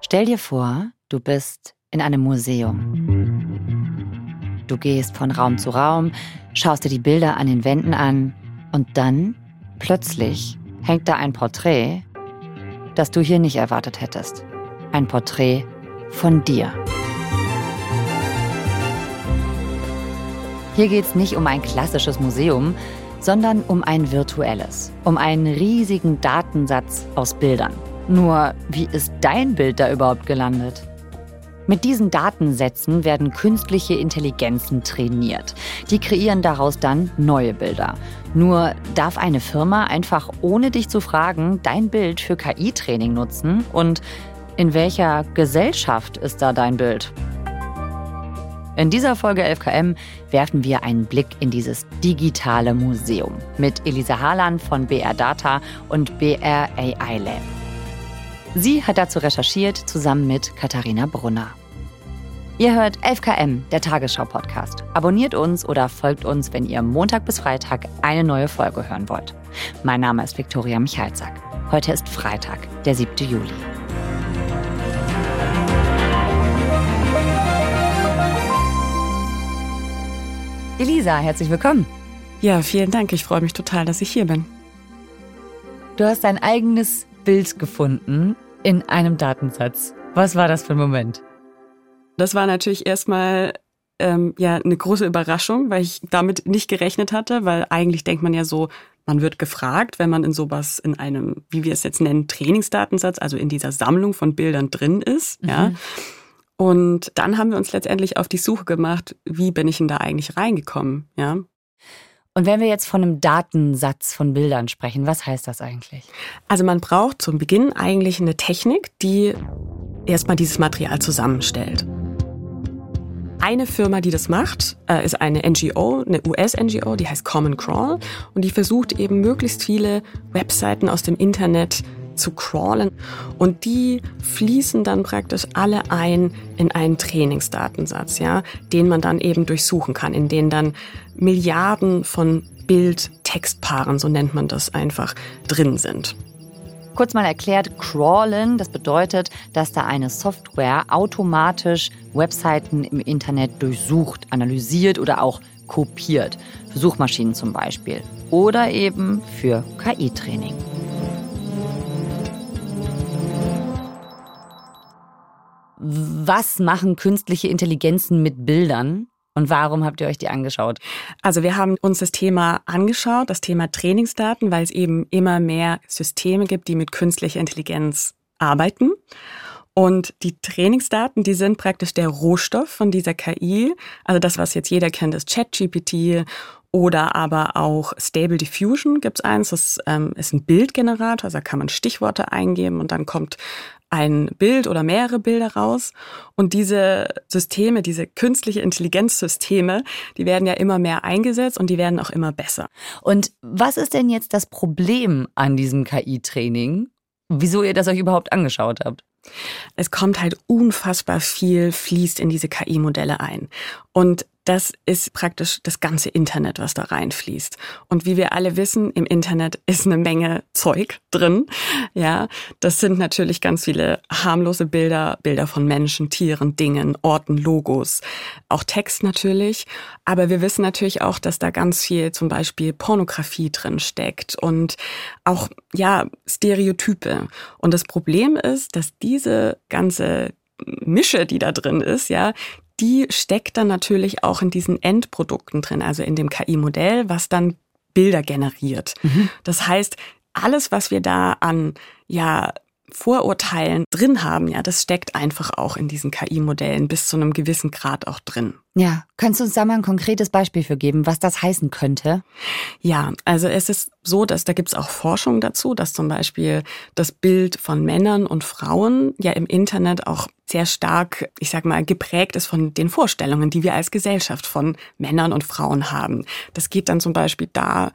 Stell dir vor, du bist in einem Museum. Du gehst von Raum zu Raum, schaust dir die Bilder an den Wänden an und dann, plötzlich, hängt da ein Porträt, das du hier nicht erwartet hättest. Ein Porträt von dir. Hier geht es nicht um ein klassisches Museum, sondern um ein virtuelles, um einen riesigen Datensatz aus Bildern. Nur, wie ist dein Bild da überhaupt gelandet? Mit diesen Datensätzen werden künstliche Intelligenzen trainiert. Die kreieren daraus dann neue Bilder. Nur darf eine Firma einfach ohne dich zu fragen dein Bild für KI-Training nutzen? Und in welcher Gesellschaft ist da dein Bild? In dieser Folge 11KM werfen wir einen Blick in dieses digitale Museum mit Elisa Harlan von BR Data und BR AI Lab. Sie hat dazu recherchiert, zusammen mit Katharina Brunner. Ihr hört 11KM, der Tagesschau-Podcast. Abonniert uns oder folgt uns, wenn ihr Montag bis Freitag eine neue Folge hören wollt. Mein Name ist Viktoria Michalzack. Heute ist Freitag, der 7. Juli. Elisa, herzlich willkommen. Ja, vielen Dank. Ich freue mich total, dass ich hier bin. Du hast dein eigenes Bild gefunden in einem Datensatz. Was war das für ein Moment? Das war natürlich erstmal eine große Überraschung, weil ich damit nicht gerechnet hatte, weil eigentlich denkt man ja so, man wird gefragt, wenn man in sowas, in einem, wie wir es jetzt nennen, Trainingsdatensatz, also in dieser Sammlung von Bildern drin ist. Mhm. Ja. Und dann haben wir uns letztendlich auf die Suche gemacht, wie bin ich denn da eigentlich reingekommen, ja. Und wenn wir jetzt von einem Datensatz von Bildern sprechen, was heißt das eigentlich? Also man braucht zum Beginn eigentlich eine Technik, die erstmal dieses Material zusammenstellt. Eine Firma, die das macht, ist eine NGO, eine US-NGO, die heißt Common Crawl. Und die versucht eben möglichst viele Webseiten aus dem Internet zu crawlen. Und die fließen dann praktisch alle ein in einen Trainingsdatensatz, ja, den man dann eben durchsuchen kann, in denen dann Milliarden von Bild-Textpaaren, so nennt man das einfach, drin sind. Kurz mal erklärt, crawlen, das bedeutet, dass da eine Software automatisch Webseiten im Internet durchsucht, analysiert oder auch kopiert. Für Suchmaschinen zum Beispiel. Oder eben für KI-Training. Was machen künstliche Intelligenzen mit Bildern? Und warum habt ihr euch die angeschaut? Also wir haben uns das Thema angeschaut, das Thema Trainingsdaten, weil es eben immer mehr Systeme gibt, die mit künstlicher Intelligenz arbeiten. Und die Trainingsdaten, die sind praktisch der Rohstoff von dieser KI. Also das, was jetzt jeder kennt, ist ChatGPT oder aber auch Stable Diffusion gibt's eins. Das ist ein Bildgenerator, also da kann man Stichworte eingeben und dann kommt ein Bild oder mehrere Bilder raus. Und diese Systeme, diese künstliche Intelligenzsysteme, die werden ja immer mehr eingesetzt und die werden auch immer besser. Und was ist denn jetzt das Problem an diesem KI-Training? Wieso ihr das euch überhaupt angeschaut habt? Es kommt halt unfassbar viel, fließt in diese KI-Modelle ein. Und das ist praktisch das ganze Internet, was da reinfließt. Und wie wir alle wissen, im Internet ist eine Menge Zeug drin. Ja, das sind natürlich ganz viele harmlose Bilder, Bilder von Menschen, Tieren, Dingen, Orten, Logos, auch Text natürlich. Aber wir wissen natürlich auch, dass da ganz viel zum Beispiel Pornografie drin steckt und auch, ja, Stereotype. Und das Problem ist, dass diese ganze Mische, die da drin ist, ja, die steckt dann natürlich auch in diesen Endprodukten drin, also in dem KI-Modell, was dann Bilder generiert. Mhm. Das heißt, alles, was wir da an Vorurteilen drin haben, ja, das steckt einfach auch in diesen KI-Modellen bis zu einem gewissen Grad auch drin. Ja, kannst du uns da mal ein konkretes Beispiel für geben, was das heißen könnte? Ja, also es ist so, dass da gibt's auch Forschung dazu, dass zum Beispiel das Bild von Männern und Frauen ja im Internet auch sehr stark, ich sag mal, geprägt ist von den Vorstellungen, die wir als Gesellschaft von Männern und Frauen haben. Das geht dann zum Beispiel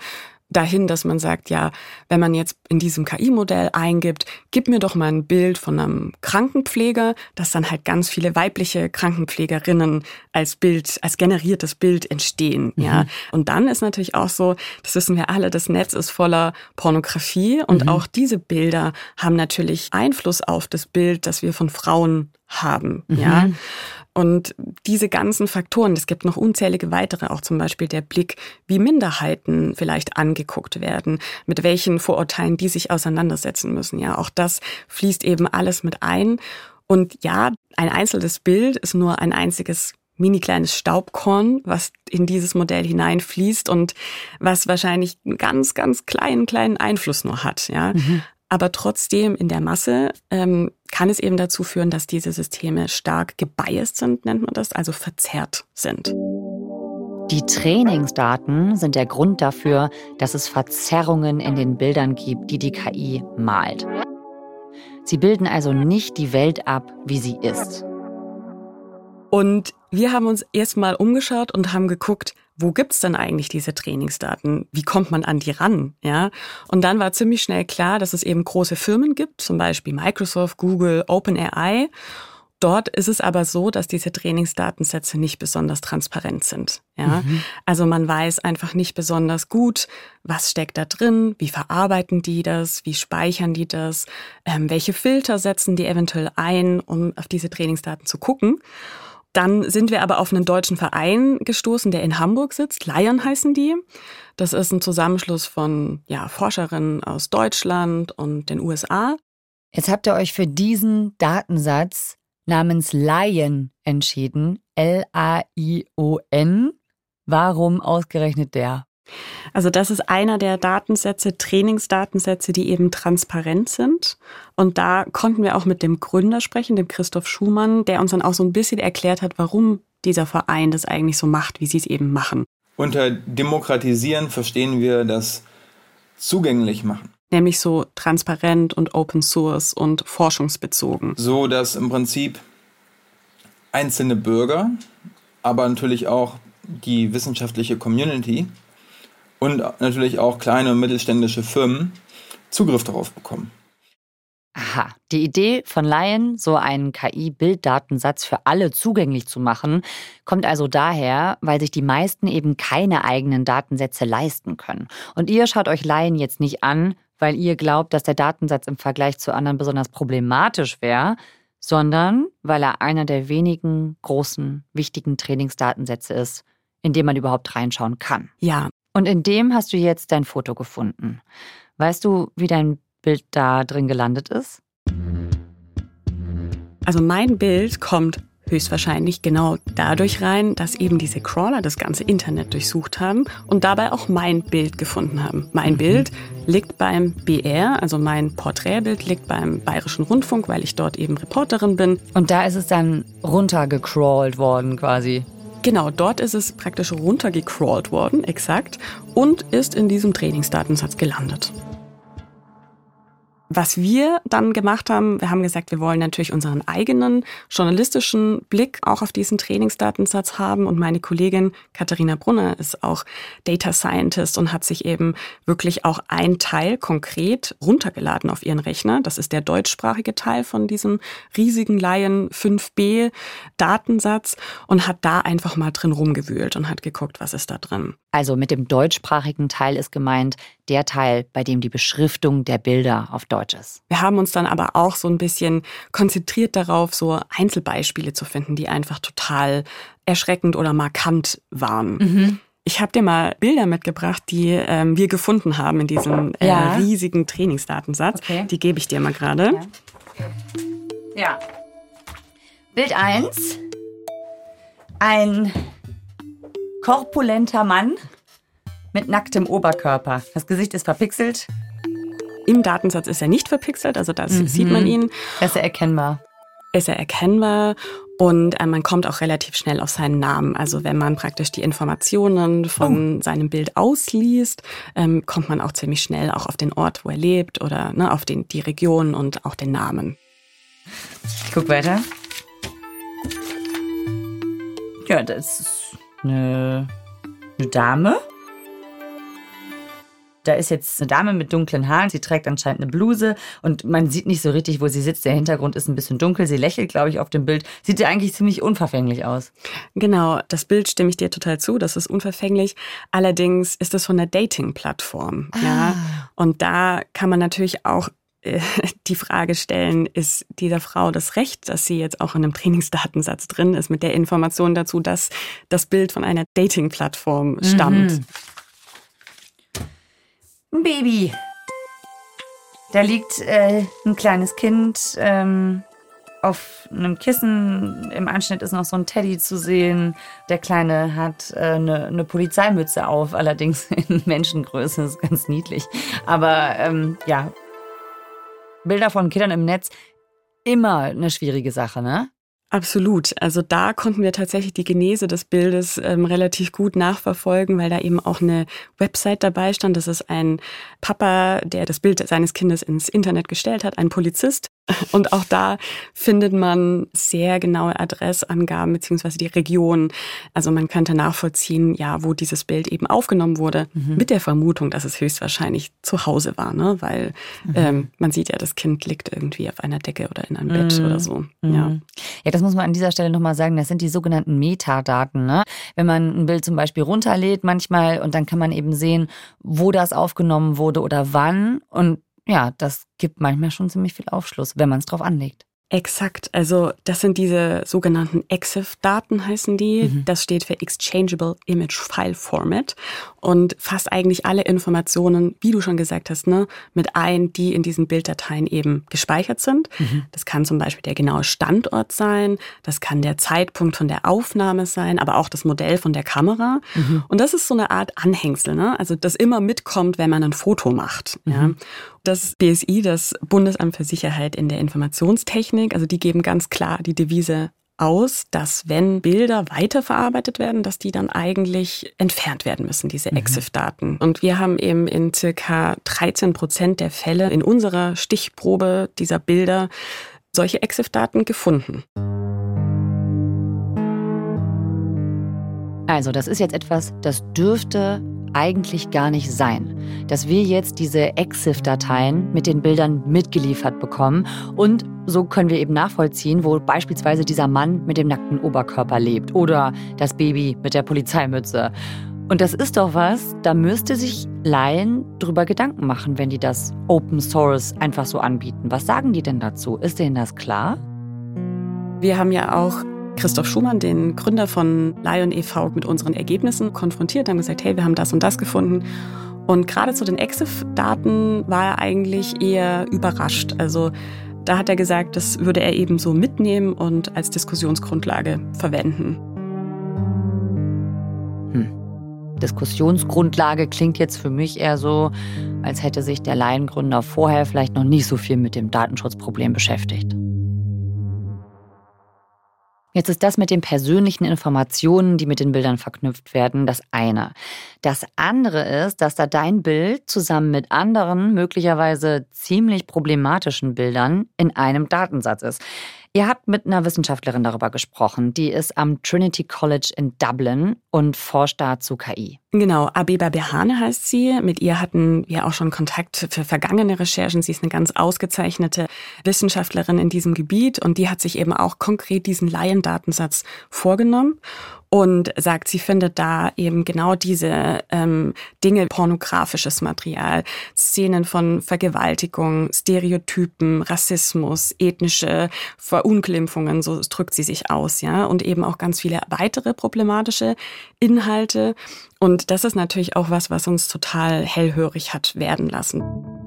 dahin, dass man sagt, ja, wenn man jetzt in diesem KI-Modell eingibt, gib mir doch mal ein Bild von einem Krankenpfleger, dass dann halt ganz viele weibliche Krankenpflegerinnen als generiertes Bild entstehen, ja. Und dann ist natürlich auch so, das wissen wir alle, das Netz ist voller Pornografie und auch diese Bilder haben natürlich Einfluss auf das Bild, das wir von Frauen haben, ja. Und diese ganzen Faktoren, es gibt noch unzählige weitere, auch zum Beispiel der Blick, wie Minderheiten vielleicht angeguckt werden, mit welchen Vorurteilen die sich auseinandersetzen müssen. Ja, auch das fließt eben alles mit ein. Und ja, ein einzelnes Bild ist nur ein einziges mini kleines Staubkorn, was in dieses Modell hineinfließt und was wahrscheinlich einen ganz, ganz kleinen Einfluss nur hat, ja. Aber trotzdem in der Masse kann es eben dazu führen, dass diese Systeme stark gebiased sind, nennt man das, also verzerrt sind. Die Trainingsdaten sind der Grund dafür, dass es Verzerrungen in den Bildern gibt, die die KI malt. Sie bilden also nicht die Welt ab, wie sie ist. Und wir haben uns erstmal umgeschaut und haben geguckt, wo gibt's denn eigentlich diese Trainingsdaten? Wie kommt man an die ran? Ja? Und dann war ziemlich schnell klar, dass es eben große Firmen gibt, zum Beispiel Microsoft, Google, OpenAI. Dort ist es aber so, dass diese Trainingsdatensätze nicht besonders transparent sind. Ja? Also man weiß einfach nicht besonders gut, was steckt da drin, wie verarbeiten die das, wie speichern die das, welche Filter setzen die eventuell ein, um auf diese Trainingsdaten zu gucken. Dann sind wir aber auf einen deutschen Verein gestoßen, der in Hamburg sitzt. Lion heißen die. Das ist ein Zusammenschluss von Forscherinnen aus Deutschland und den USA. Jetzt habt ihr euch für diesen Datensatz namens Lion entschieden. L-A-I-O-N. Warum ausgerechnet der? Also das ist einer der Datensätze, Trainingsdatensätze, die eben transparent sind. Und da konnten wir auch mit dem Gründer sprechen, dem Christoph Schumann, der uns dann auch so ein bisschen erklärt hat, warum dieser Verein das eigentlich so macht, wie sie es eben machen. Unter Demokratisieren verstehen wir das zugänglich machen. Nämlich so transparent und Open Source und forschungsbezogen. So, dass im Prinzip einzelne Bürger, aber natürlich auch die wissenschaftliche Community und natürlich auch kleine und mittelständische Firmen Zugriff darauf bekommen. Aha, die Idee von Lion, so einen KI-Bilddatensatz für alle zugänglich zu machen, kommt also daher, weil sich die meisten eben keine eigenen Datensätze leisten können. Und ihr schaut euch Lion jetzt nicht an, weil ihr glaubt, dass der Datensatz im Vergleich zu anderen besonders problematisch wäre, sondern weil er einer der wenigen großen, wichtigen Trainingsdatensätze ist, in dem man überhaupt reinschauen kann. Ja. Und in dem hast du jetzt dein Foto gefunden. Weißt du, wie dein Bild da drin gelandet ist? Also mein Bild kommt höchstwahrscheinlich genau dadurch rein, dass eben diese Crawler das ganze Internet durchsucht haben und dabei auch mein Bild gefunden haben. Mein Bild liegt beim BR, also mein Porträtbild liegt beim Bayerischen Rundfunk, weil ich dort eben Reporterin bin. Und da ist es dann runtergecrawlt worden quasi? Genau, dort ist es praktisch runtergecrawlt worden, exakt, und ist in diesem Trainingsdatensatz gelandet. Was wir dann gemacht haben, wir haben gesagt, wir wollen natürlich unseren eigenen journalistischen Blick auch auf diesen Trainingsdatensatz haben. Und meine Kollegin Katharina Brunner ist auch Data Scientist und hat sich eben wirklich auch ein Teil konkret runtergeladen auf ihren Rechner. Das ist der deutschsprachige Teil von diesem riesigen Lion 5B Datensatz und hat da einfach mal drin rumgewühlt und hat geguckt, was ist da drin. Also mit dem deutschsprachigen Teil ist gemeint der Teil, bei dem die Beschriftung der Bilder auf Deutsch ist. Wir haben uns dann aber auch so ein bisschen konzentriert darauf, so Einzelbeispiele zu finden, die einfach total erschreckend oder markant waren. Ich habe dir mal Bilder mitgebracht, die wir gefunden haben in diesem riesigen Trainingsdatensatz. Okay. Die gebe ich dir mal gerade. Ja. Bild 1. Ein korpulenter Mann mit nacktem Oberkörper. Das Gesicht ist verpixelt. Im Datensatz ist er nicht verpixelt, also da sieht man ihn. Ist er erkennbar? Ist er erkennbar und man kommt auch relativ schnell auf seinen Namen. Also wenn man praktisch die Informationen von seinem Bild ausliest, kommt man auch ziemlich schnell auch auf den Ort, wo er lebt oder auf die Region und auch den Namen. Ich guck weiter. Ja, das ist eine Dame. Da ist jetzt eine Dame mit dunklen Haaren, sie trägt anscheinend eine Bluse und man sieht nicht so richtig, wo sie sitzt. Der Hintergrund ist ein bisschen dunkel, sie lächelt, glaube ich, auf dem Bild. Sieht ja eigentlich ziemlich unverfänglich aus. Genau, das Bild stimme ich dir total zu, das ist unverfänglich. Allerdings ist es von einer Dating-Plattform. Ja? Und da kann man natürlich auch die Frage stellen, ist dieser Frau das Recht, dass sie jetzt auch in einem Trainingsdatensatz drin ist, mit der Information dazu, dass das Bild von einer Dating-Plattform stammt. Ein Baby. Da liegt ein kleines Kind auf einem Kissen. Im Anschnitt ist noch so ein Teddy zu sehen. Der Kleine hat eine Polizeimütze auf, allerdings in Menschengröße. Das ist ganz niedlich. Aber ja, Bilder von Kindern im Netz, immer eine schwierige Sache, ne? Absolut. Also da konnten wir tatsächlich die Genese des Bildes relativ gut nachverfolgen, weil da eben auch eine Website dabei stand. Das ist ein Papa, der das Bild seines Kindes ins Internet gestellt hat, ein Polizist. Und auch da findet man sehr genaue Adressangaben beziehungsweise die Region. Also man könnte nachvollziehen, ja, wo dieses Bild eben aufgenommen wurde, mit der Vermutung, dass es höchstwahrscheinlich zu Hause war, ne? Weil man sieht ja, das Kind liegt irgendwie auf einer Decke oder in einem Bett oder so. Ja, das muss man an dieser Stelle nochmal sagen, das sind die sogenannten Metadaten, ne? Wenn man ein Bild zum Beispiel runterlädt manchmal und dann kann man eben sehen, wo das aufgenommen wurde oder wann. Und ja, das gibt manchmal schon ziemlich viel Aufschluss, wenn man es drauf anlegt. Exakt. Also das sind diese sogenannten EXIF-Daten, heißen die. Das steht für Exchangeable Image File Format und fasst eigentlich alle Informationen, wie du schon gesagt hast, ne, mit ein, die in diesen Bilddateien eben gespeichert sind. Das kann zum Beispiel der genaue Standort sein, das kann der Zeitpunkt von der Aufnahme sein, aber auch das Modell von der Kamera. Und das ist so eine Art Anhängsel, ne? Also das immer mitkommt, wenn man ein Foto macht. Ja? Das BSI, das Bundesamt für Sicherheit in der Informationstechnik, also die geben ganz klar die Devise aus, dass wenn Bilder weiterverarbeitet werden, dass die dann eigentlich entfernt werden müssen, diese EXIF-Daten. Und wir haben eben in circa 13% der Fälle in unserer Stichprobe dieser Bilder solche EXIF-Daten gefunden. Also das ist jetzt etwas, das dürfte eigentlich gar nicht sein, dass wir jetzt diese EXIF-Dateien mit den Bildern mitgeliefert bekommen und so können wir eben nachvollziehen, wo beispielsweise dieser Mann mit dem nackten Oberkörper lebt oder das Baby mit der Polizeimütze. Und das ist doch was, da müsste sich Laien drüber Gedanken machen, wenn die das Open Source einfach so anbieten. Was sagen die denn dazu? Ist denen das klar? Wir haben ja auch Christoph Schumann, den Gründer von Lion e.V., mit unseren Ergebnissen konfrontiert, haben gesagt, hey, wir haben das und das gefunden. Und gerade zu den EXIF-Daten war er eigentlich eher überrascht. Also da hat er gesagt, das würde er eben so mitnehmen und als Diskussionsgrundlage verwenden. Diskussionsgrundlage klingt jetzt für mich eher so, als hätte sich der Laiengründer vorher vielleicht noch nicht so viel mit dem Datenschutzproblem beschäftigt. Jetzt ist das mit den persönlichen Informationen, die mit den Bildern verknüpft werden, das eine. Das andere ist, dass da dein Bild zusammen mit anderen, möglicherweise ziemlich problematischen Bildern in einem Datensatz ist. Ihr habt mit einer Wissenschaftlerin darüber gesprochen, die ist am Trinity College in Dublin und forscht da zu KI. Genau, Abeba Behane heißt sie. Mit ihr hatten wir auch schon Kontakt für vergangene Recherchen. Sie ist eine ganz ausgezeichnete Wissenschaftlerin in diesem Gebiet und die hat sich eben auch konkret diesen Laiendatensatz vorgenommen und sagt, sie findet da eben genau diese Dinge, pornografisches Material, Szenen von Vergewaltigung, Stereotypen, Rassismus, ethnische Verunglimpfungen, so drückt sie sich aus, ja, und eben auch ganz viele weitere problematische Inhalte. Und das ist natürlich auch was uns total hellhörig hat werden lassen.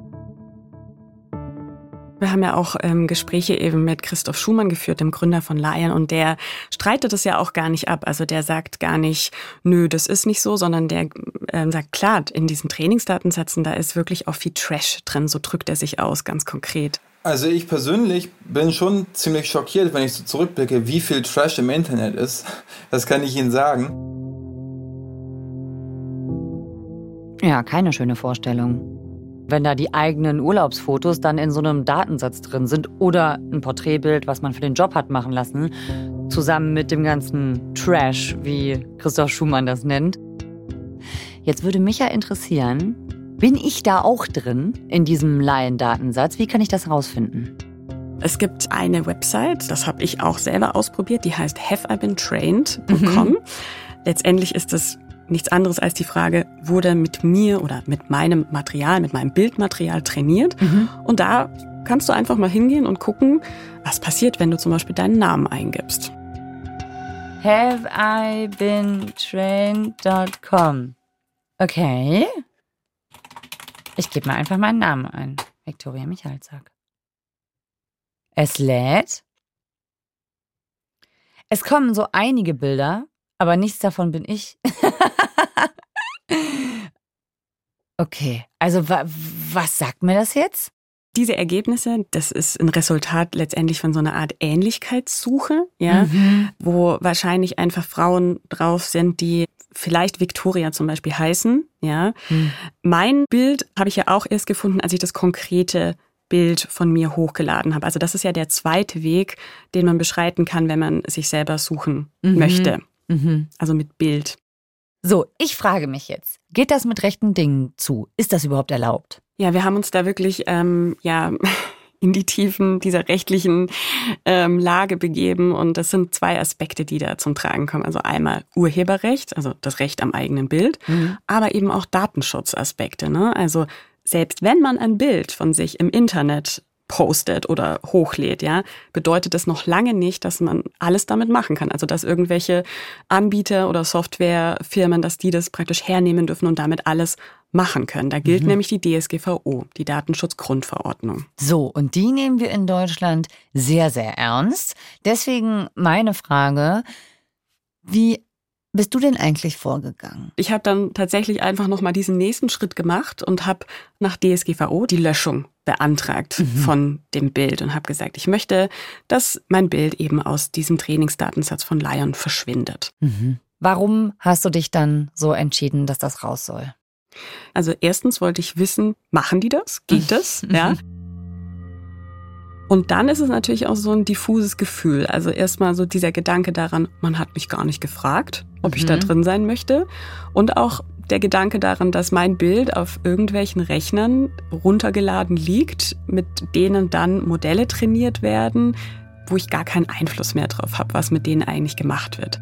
Wir haben ja auch Gespräche eben mit Christoph Schumann geführt, dem Gründer von Lion, und der streitet das ja auch gar nicht ab. Also der sagt gar nicht, nö, das ist nicht so, sondern der sagt, klar, in diesen Trainingsdatensätzen, da ist wirklich auch viel Trash drin, so drückt er sich aus, ganz konkret. Also ich persönlich bin schon ziemlich schockiert, wenn ich so zurückblicke, wie viel Trash im Internet ist. Das kann ich Ihnen sagen. Ja, keine schöne Vorstellung. Wenn da die eigenen Urlaubsfotos dann in so einem Datensatz drin sind oder ein Porträtbild, was man für den Job hat machen lassen, zusammen mit dem ganzen Trash, wie Christoph Schumann das nennt. Jetzt würde mich ja interessieren, Bin ich da auch drin in diesem Laiendatensatz? Wie kann ich das herausfinden? Es gibt eine Website, das habe ich auch selber ausprobiert, die heißt haveibeentrained.com. Letztendlich ist es nichts anderes als die Frage, wurde mit mir oder mit meinem Material, mit meinem Bildmaterial trainiert? Und da kannst du einfach mal hingehen und gucken, was passiert, wenn du zum Beispiel deinen Namen eingibst. haveibeentrained.com. Okay. Ich gebe mal einfach meinen Namen ein. Viktoria Michalzack. Es lädt. Es kommen so einige Bilder, aber nichts davon bin ich. Okay, also was sagt mir das jetzt? Diese Ergebnisse, das ist ein Resultat letztendlich von so einer Art Ähnlichkeitssuche, ja, wo wahrscheinlich einfach Frauen drauf sind, die vielleicht Victoria zum Beispiel heißen, ja. Mein Bild habe ich ja auch erst gefunden, als ich das konkrete Bild von mir hochgeladen habe. Also das ist ja der zweite Weg, den man beschreiten kann, wenn man sich selber suchen möchte. Also mit Bild. So, ich frage mich jetzt, geht das mit rechten Dingen zu? Ist das überhaupt erlaubt? Ja, wir haben uns da wirklich in die Tiefen dieser rechtlichen Lage begeben. Und das sind zwei Aspekte, die da zum Tragen kommen. Also einmal Urheberrecht, also das Recht am eigenen Bild, aber eben auch Datenschutzaspekte, ne? Also selbst wenn man ein Bild von sich im Internet postet oder hochlädt, ja, bedeutet das noch lange nicht, dass man alles damit machen kann. Also dass irgendwelche Anbieter oder Softwarefirmen, dass die das praktisch hernehmen dürfen und damit alles machen können. Da gilt nämlich die DSGVO, die Datenschutzgrundverordnung. So, und die nehmen wir in Deutschland sehr, sehr ernst. Deswegen meine Frage, wie bist du denn eigentlich vorgegangen? Ich habe dann tatsächlich einfach nochmal diesen nächsten Schritt gemacht und habe nach DSGVO die Löschung beantragt von dem Bild und habe gesagt, ich möchte, dass mein Bild eben aus diesem Trainingsdatensatz von Lion verschwindet. Warum hast du dich dann so entschieden, dass das raus soll? Also erstens wollte ich wissen, machen die das? Geht das? Ja. Und dann ist es natürlich auch so ein diffuses Gefühl. Also erstmal so dieser Gedanke daran, man hat mich gar nicht gefragt, ob ich da drin sein möchte. Und auch der Gedanke daran, dass mein Bild auf irgendwelchen Rechnern runtergeladen liegt, mit denen dann Modelle trainiert werden, wo ich gar keinen Einfluss mehr drauf habe, was mit denen eigentlich gemacht wird.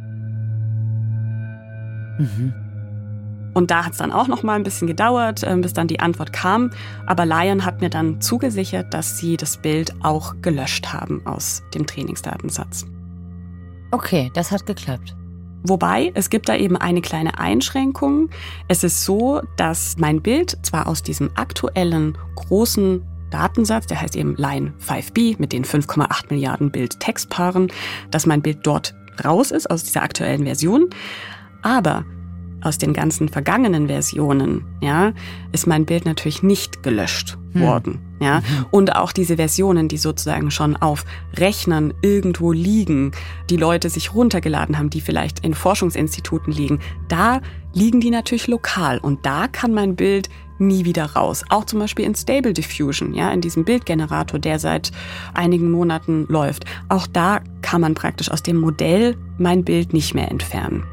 Und da hat es dann auch noch mal ein bisschen gedauert, bis dann die Antwort kam. Aber Lion hat mir dann zugesichert, dass sie das Bild auch gelöscht haben aus dem Trainingsdatensatz. Okay, das hat geklappt. Wobei, es gibt da eben eine kleine Einschränkung. Es ist so, dass mein Bild zwar aus diesem aktuellen großen Datensatz, der heißt eben Lion 5B mit den 5,8 Milliarden Bild-Textpaaren, dass mein Bild dort raus ist aus dieser aktuellen Version. Aber aus den ganzen vergangenen Versionen, ja, ist mein Bild natürlich nicht gelöscht worden, ja. Und auch diese Versionen, die sozusagen schon auf Rechnern irgendwo liegen, die Leute sich runtergeladen haben, die vielleicht in Forschungsinstituten liegen, da liegen die natürlich lokal und da kann mein Bild nie wieder raus. Auch zum Beispiel in Stable Diffusion, ja, in diesem Bildgenerator, der seit einigen Monaten läuft. Auch da kann man praktisch aus dem Modell mein Bild nicht mehr entfernen.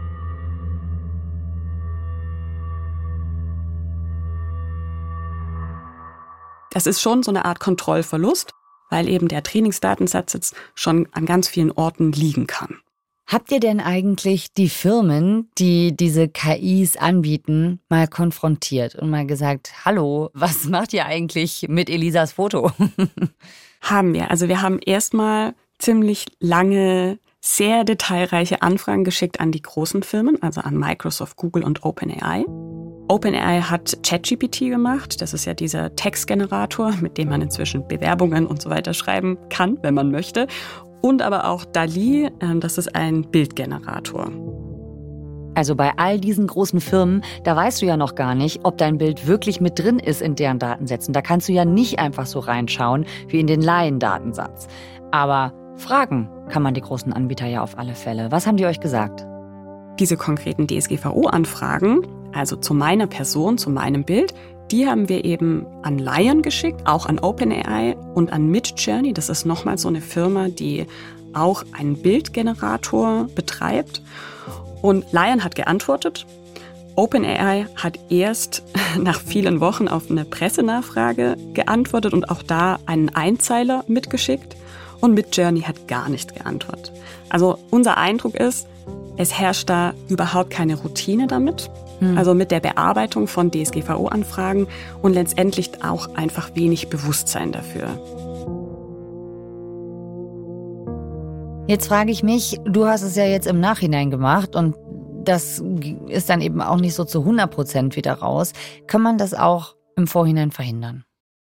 Das ist schon so eine Art Kontrollverlust, weil eben der Trainingsdatensatz jetzt schon an ganz vielen Orten liegen kann. Habt ihr denn eigentlich die Firmen, die diese KIs anbieten, mal konfrontiert und mal gesagt, hallo, was macht ihr eigentlich mit Elisas Foto? Haben wir. Also wir haben erstmal ziemlich lange, sehr detailreiche Anfragen geschickt an die großen Firmen, also an Microsoft, Google und OpenAI. OpenAI hat ChatGPT gemacht. Das ist ja dieser Textgenerator, mit dem man inzwischen Bewerbungen und so weiter schreiben kann, wenn man möchte. Und aber auch DALL-E, das ist ein Bildgenerator. Also bei all diesen großen Firmen, da weißt du ja noch gar nicht, ob dein Bild wirklich mit drin ist in deren Datensätzen. Da kannst du ja nicht einfach so reinschauen wie in den Laiendatensatz. Aber fragen kann man die großen Anbieter ja auf alle Fälle. Was haben die euch gesagt? Diese konkreten DSGVO-Anfragen, also zu meiner Person, zu meinem Bild, die haben wir eben an Lion geschickt, auch an OpenAI und an Midjourney. Das ist nochmal so eine Firma, die auch einen Bildgenerator betreibt. Und Lion hat geantwortet. OpenAI hat erst nach vielen Wochen auf eine Pressenachfrage geantwortet und auch da einen Einzeiler mitgeschickt. Und Midjourney hat gar nicht geantwortet. Also unser Eindruck ist, es herrscht da überhaupt keine Routine damit. Also mit der Bearbeitung von DSGVO-Anfragen und letztendlich auch einfach wenig Bewusstsein dafür. Jetzt frage ich mich, du hast es ja jetzt im Nachhinein gemacht und das ist dann eben auch nicht so zu 100% wieder raus. Kann man das auch im Vorhinein verhindern?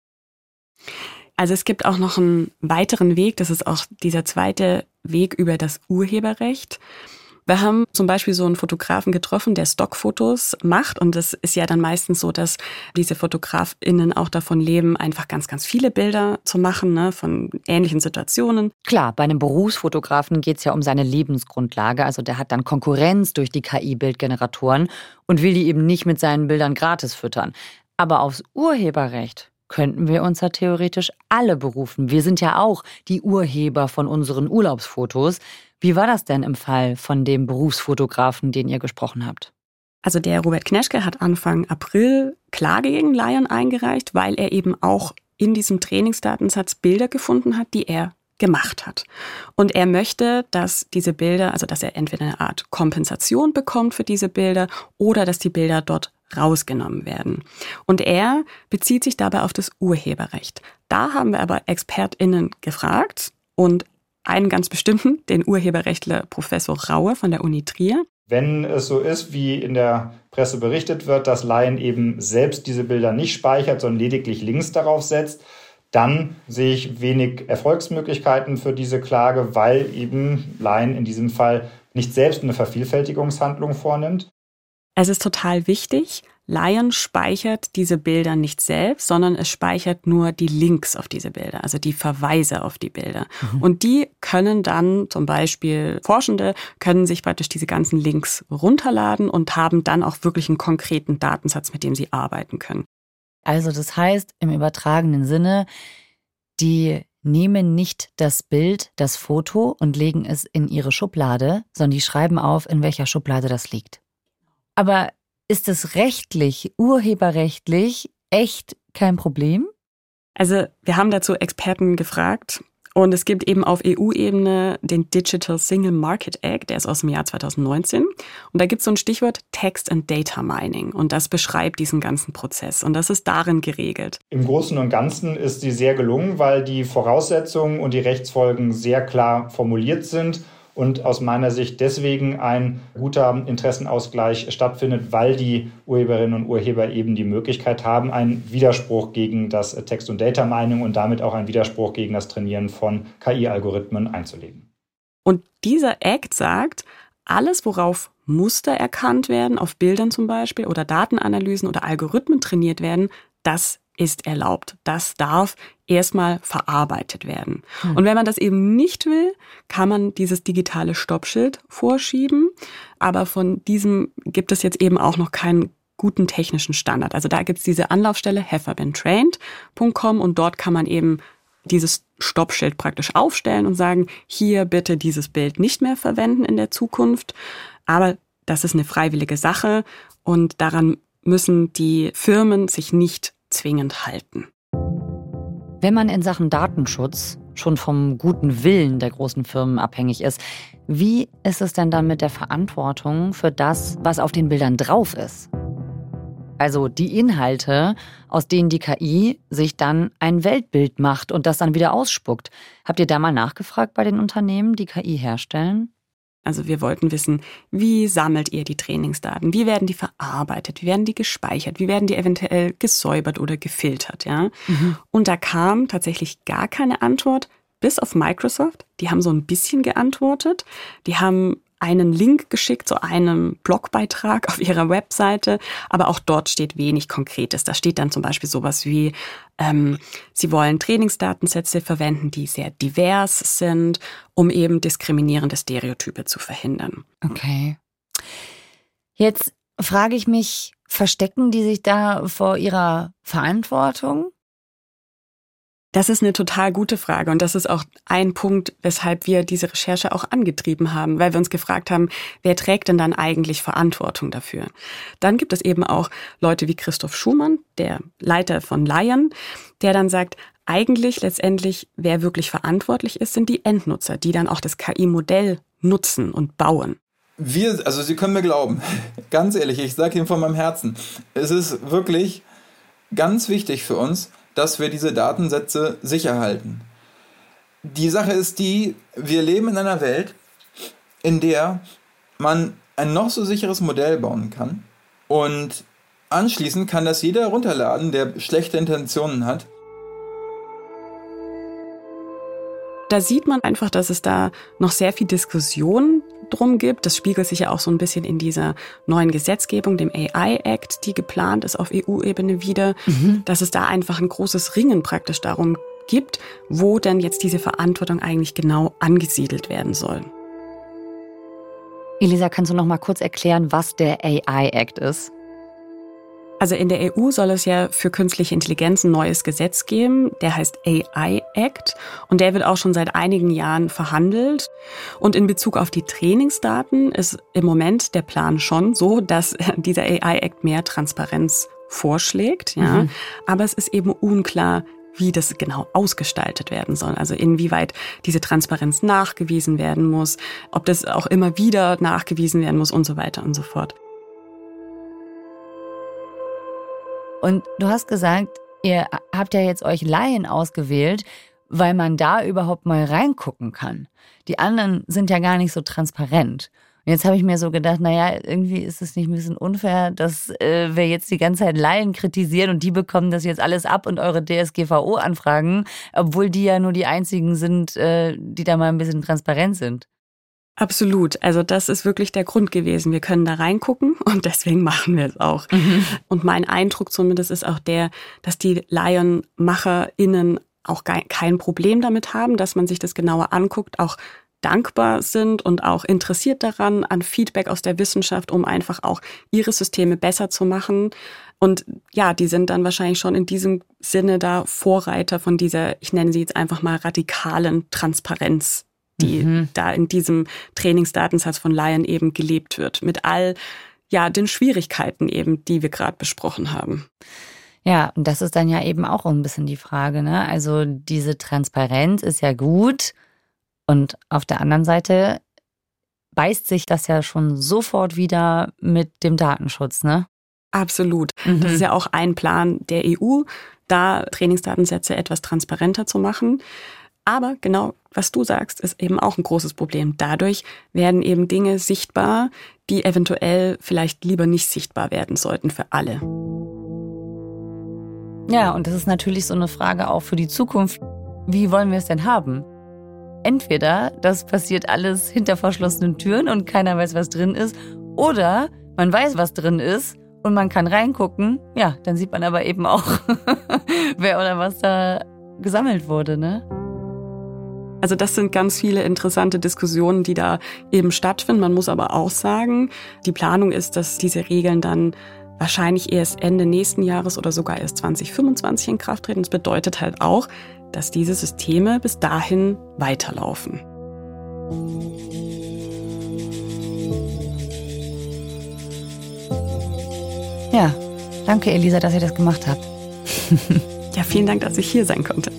Also es gibt auch noch einen weiteren Weg, das ist auch dieser zweite Weg über das Urheberrecht. Wir haben zum Beispiel so einen Fotografen getroffen, der Stockfotos macht. Und es ist ja dann meistens so, dass diese FotografInnen auch davon leben, einfach ganz, ganz viele Bilder zu machen, ne, von ähnlichen Situationen. Klar, bei einem Berufsfotografen geht es ja um seine Lebensgrundlage. Also der hat dann Konkurrenz durch die KI-Bildgeneratoren und will die eben nicht mit seinen Bildern gratis füttern. Aber aufs Urheberrecht könnten wir uns ja theoretisch alle berufen. Wir sind ja auch die Urheber von unseren Urlaubsfotos. Wie war das denn im Fall von dem Berufsfotografen, den ihr gesprochen habt? Also der Robert Kneschke hat Anfang April Klage gegen Lion eingereicht, weil er eben auch in diesem Trainingsdatensatz Bilder gefunden hat, die er gemacht hat. Und er möchte, dass diese Bilder, also dass er entweder eine Art Kompensation bekommt für diese Bilder oder dass die Bilder dort rausgenommen werden. Und er bezieht sich dabei auf das Urheberrecht. Da haben wir aber ExpertInnen gefragt und einen ganz bestimmten, den Urheberrechtler Professor Raue von der Uni Trier. Wenn es so ist, wie in der Presse berichtet wird, dass Lion eben selbst diese Bilder nicht speichert, sondern lediglich Links darauf setzt, dann sehe ich wenig Erfolgsmöglichkeiten für diese Klage, weil eben Lion in diesem Fall nicht selbst eine Vervielfältigungshandlung vornimmt. Es ist total wichtig, Lion speichert diese Bilder nicht selbst, sondern es speichert nur die Links auf diese Bilder, also die Verweise auf die Bilder. Und die können dann zum Beispiel Forschende, können sich praktisch diese ganzen Links runterladen und haben dann auch wirklich einen konkreten Datensatz, mit dem sie arbeiten können. Also das heißt im übertragenen Sinne, die nehmen nicht das Bild, das Foto und legen es in ihre Schublade, sondern die schreiben auf, in welcher Schublade das liegt. Aber ist es rechtlich, urheberrechtlich echt kein Problem? Also wir haben dazu Experten gefragt und es gibt eben auf EU-Ebene den Digital Single Market Act, der ist aus dem Jahr 2019 und da gibt es so ein Stichwort Text and Data Mining und das beschreibt diesen ganzen Prozess und das ist darin geregelt. Im Großen und Ganzen ist sie sehr gelungen, weil die Voraussetzungen und die Rechtsfolgen sehr klar formuliert sind. Und aus meiner Sicht deswegen ein guter Interessenausgleich stattfindet, weil die Urheberinnen und Urheber eben die Möglichkeit haben, einen Widerspruch gegen das Text- und Data Mining und damit auch einen Widerspruch gegen das Trainieren von KI-Algorithmen einzulegen. Und dieser Act sagt, alles, worauf Muster erkannt werden, auf Bildern zum Beispiel, oder Datenanalysen oder Algorithmen trainiert werden, das ist erlaubt. Das darf erstmal verarbeitet werden. Und wenn man das eben nicht will, kann man dieses digitale Stoppschild vorschieben. Aber von diesem gibt es jetzt eben auch noch keinen guten technischen Standard. Also da gibt es diese Anlaufstelle haveibeentrained.com und dort kann man eben dieses Stoppschild praktisch aufstellen und sagen, hier bitte dieses Bild nicht mehr verwenden in der Zukunft. Aber das ist eine freiwillige Sache und daran müssen die Firmen sich nicht zwingend halten. Wenn man in Sachen Datenschutz schon vom guten Willen der großen Firmen abhängig ist, wie ist es denn dann mit der Verantwortung für das, was auf den Bildern drauf ist? Also die Inhalte, aus denen die KI sich dann ein Weltbild macht und das dann wieder ausspuckt. Habt ihr da mal nachgefragt bei den Unternehmen, die KI herstellen? Also wir wollten wissen, wie sammelt ihr die Trainingsdaten? Wie werden die verarbeitet? Wie werden die gespeichert? Wie werden die eventuell gesäubert oder gefiltert? Ja? Und da kam tatsächlich gar keine Antwort, bis auf Microsoft. Die haben so ein bisschen geantwortet. Die haben einen Link geschickt zu einem Blogbeitrag auf ihrer Webseite, aber auch dort steht wenig Konkretes. Da steht dann zum Beispiel sowas wie, sie wollen Trainingsdatensätze verwenden, die sehr divers sind, um eben diskriminierende Stereotype zu verhindern. Okay. Jetzt frage ich mich, verstecken die sich da vor ihrer Verantwortung? Das ist eine total gute Frage und das ist auch ein Punkt, weshalb wir diese Recherche auch angetrieben haben, weil wir uns gefragt haben, wer trägt denn dann eigentlich Verantwortung dafür? Dann gibt es eben auch Leute wie Christoph Schumann, der Leiter von Lion, der dann sagt, eigentlich letztendlich, wer wirklich verantwortlich ist, sind die Endnutzer, die dann auch das KI-Modell nutzen und bauen. Also Sie können mir glauben, ganz ehrlich, ich sage Ihnen von meinem Herzen, es ist wirklich ganz wichtig für uns, dass wir diese Datensätze sicher halten. Die Sache ist die, wir leben in einer Welt, in der man ein noch so sicheres Modell bauen kann und anschließend kann das jeder runterladen, der schlechte Intentionen hat. Da sieht man einfach, dass es da noch sehr viel Diskussion drum gibt. Das spiegelt sich ja auch so ein bisschen in dieser neuen Gesetzgebung, dem AI-Act, die geplant ist auf EU-Ebene wieder, dass es da einfach ein großes Ringen praktisch darum gibt, wo denn jetzt diese Verantwortung eigentlich genau angesiedelt werden soll. Elisa, kannst du noch mal kurz erklären, was der AI-Act ist? Also in der EU soll es ja für künstliche Intelligenz ein neues Gesetz geben, der heißt AI-Act und der wird auch schon seit einigen Jahren verhandelt. Und in Bezug auf die Trainingsdaten ist im Moment der Plan schon so, dass dieser AI-Act mehr Transparenz vorschlägt. Ja. Aber es ist eben unklar, wie das genau ausgestaltet werden soll. Also inwieweit diese Transparenz nachgewiesen werden muss, ob das auch immer wieder nachgewiesen werden muss und so weiter und so fort. Und du hast gesagt, ihr habt ja jetzt euch Lion ausgewählt, weil man da überhaupt mal reingucken kann. Die anderen sind ja gar nicht so transparent. Und jetzt habe ich mir so gedacht, naja, irgendwie ist es nicht ein bisschen unfair, dass wir jetzt die ganze Zeit Lion kritisieren und die bekommen das jetzt alles ab und eure DSGVO-Anfragen, obwohl die ja nur die einzigen sind, die da mal ein bisschen transparent sind. Absolut. Also das ist wirklich der Grund gewesen. Wir können da reingucken und deswegen machen wir es auch. Und mein Eindruck zumindest ist auch der, dass die Lion-MacherInnen auch kein Problem damit haben, dass man sich das genauer anguckt, auch dankbar sind und auch interessiert daran, an Feedback aus der Wissenschaft, um einfach auch ihre Systeme besser zu machen. Und ja, die sind dann wahrscheinlich schon in diesem Sinne da Vorreiter von dieser, ich nenne sie jetzt einfach mal radikalen Transparenz, die da in diesem Trainingsdatensatz von Lion eben gelebt wird. Mit all den Schwierigkeiten eben, die wir gerade besprochen haben. Ja, und das ist dann ja eben auch ein bisschen die Frage, ne? Also diese Transparenz ist ja gut und auf der anderen Seite beißt sich das ja schon sofort wieder mit dem Datenschutz, ne? Absolut. Das ist ja auch ein Plan der EU, da Trainingsdatensätze etwas transparenter zu machen. Aber genau, was du sagst, ist eben auch ein großes Problem. Dadurch werden eben Dinge sichtbar, die eventuell vielleicht lieber nicht sichtbar werden sollten für alle. Ja, und das ist natürlich so eine Frage auch für die Zukunft. Wie wollen wir es denn haben? Entweder das passiert alles hinter verschlossenen Türen und keiner weiß, was drin ist, oder man weiß, was drin ist und man kann reingucken. Ja, dann sieht man aber eben auch, wer oder was da gesammelt wurde, ne? Also das sind ganz viele interessante Diskussionen, die da eben stattfinden. Man muss aber auch sagen, die Planung ist, dass diese Regeln dann wahrscheinlich erst Ende nächsten Jahres oder sogar erst 2025 in Kraft treten. Das bedeutet halt auch, dass diese Systeme bis dahin weiterlaufen. Ja, danke Elisa, dass ihr das gemacht habt. Ja, vielen Dank, dass ich hier sein konnte.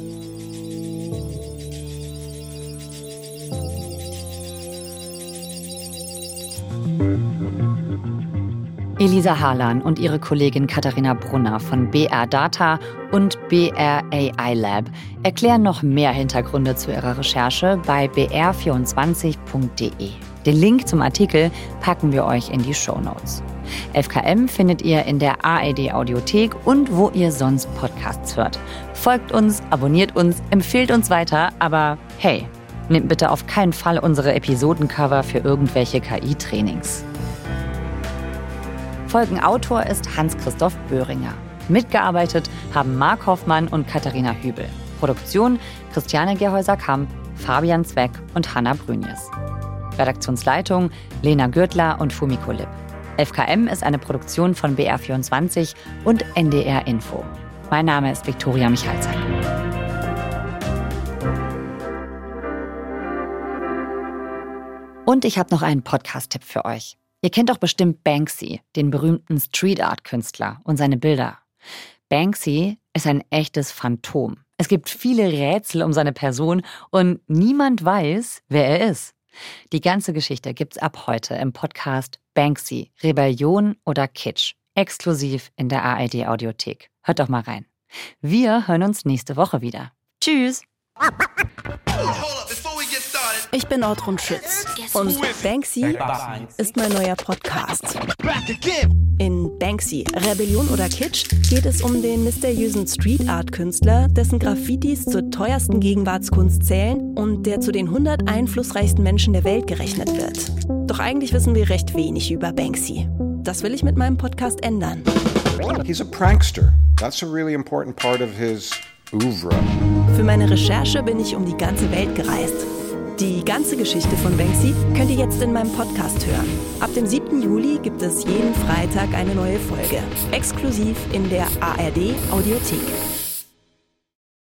Elisa Harlan und ihre Kollegin Katharina Brunner von BR Data und BR AI Lab erklären noch mehr Hintergründe zu ihrer Recherche bei br24.de. Den Link zum Artikel packen wir euch in die Shownotes. 11KM findet ihr in der ARD Audiothek und wo ihr sonst Podcasts hört. Folgt uns, abonniert uns, empfehlt uns weiter, aber hey, nehmt bitte auf keinen Fall unsere Episodencover für irgendwelche KI-Trainings. Folgenautor ist Hans-Christoph Böhringer. Mitgearbeitet haben Marc Hoffmann und Katharina Hübel. Produktion Christiane Gerhäuser-Kamp, Fabian Zweck und Hanna Brünjes. Redaktionsleitung Lena Gürtler und Fumiko Lipp. 11KM ist eine Produktion von BR24 und NDR Info. Mein Name ist Viktoria Michalzack. Und ich habe noch einen Podcast-Tipp für euch. Ihr kennt doch bestimmt Banksy, den berühmten Street-Art-Künstler und seine Bilder. Banksy ist ein echtes Phantom. Es gibt viele Rätsel um seine Person und niemand weiß, wer er ist. Die ganze Geschichte gibt's ab heute im Podcast Banksy, Rebellion oder Kitsch, exklusiv in der ARD-Audiothek. Hört doch mal rein. Wir hören uns nächste Woche wieder. Tschüss! Ich bin Ortrun Schütz und Banksy ist mein neuer Podcast. In Banksy, Rebellion oder Kitsch geht es um den mysteriösen Street-Art-Künstler, dessen Graffitis zur teuersten Gegenwartskunst zählen und der zu den 100 einflussreichsten Menschen der Welt gerechnet wird. Doch eigentlich wissen wir recht wenig über Banksy. Das will ich mit meinem Podcast ändern. He's a prankster. That's a really important part of his oeuvre. Für meine Recherche bin ich um die ganze Welt gereist. Die ganze Geschichte von Banksy könnt ihr jetzt in meinem Podcast hören. Ab dem 7. Juli gibt es jeden Freitag eine neue Folge. Exklusiv in der ARD-Audiothek.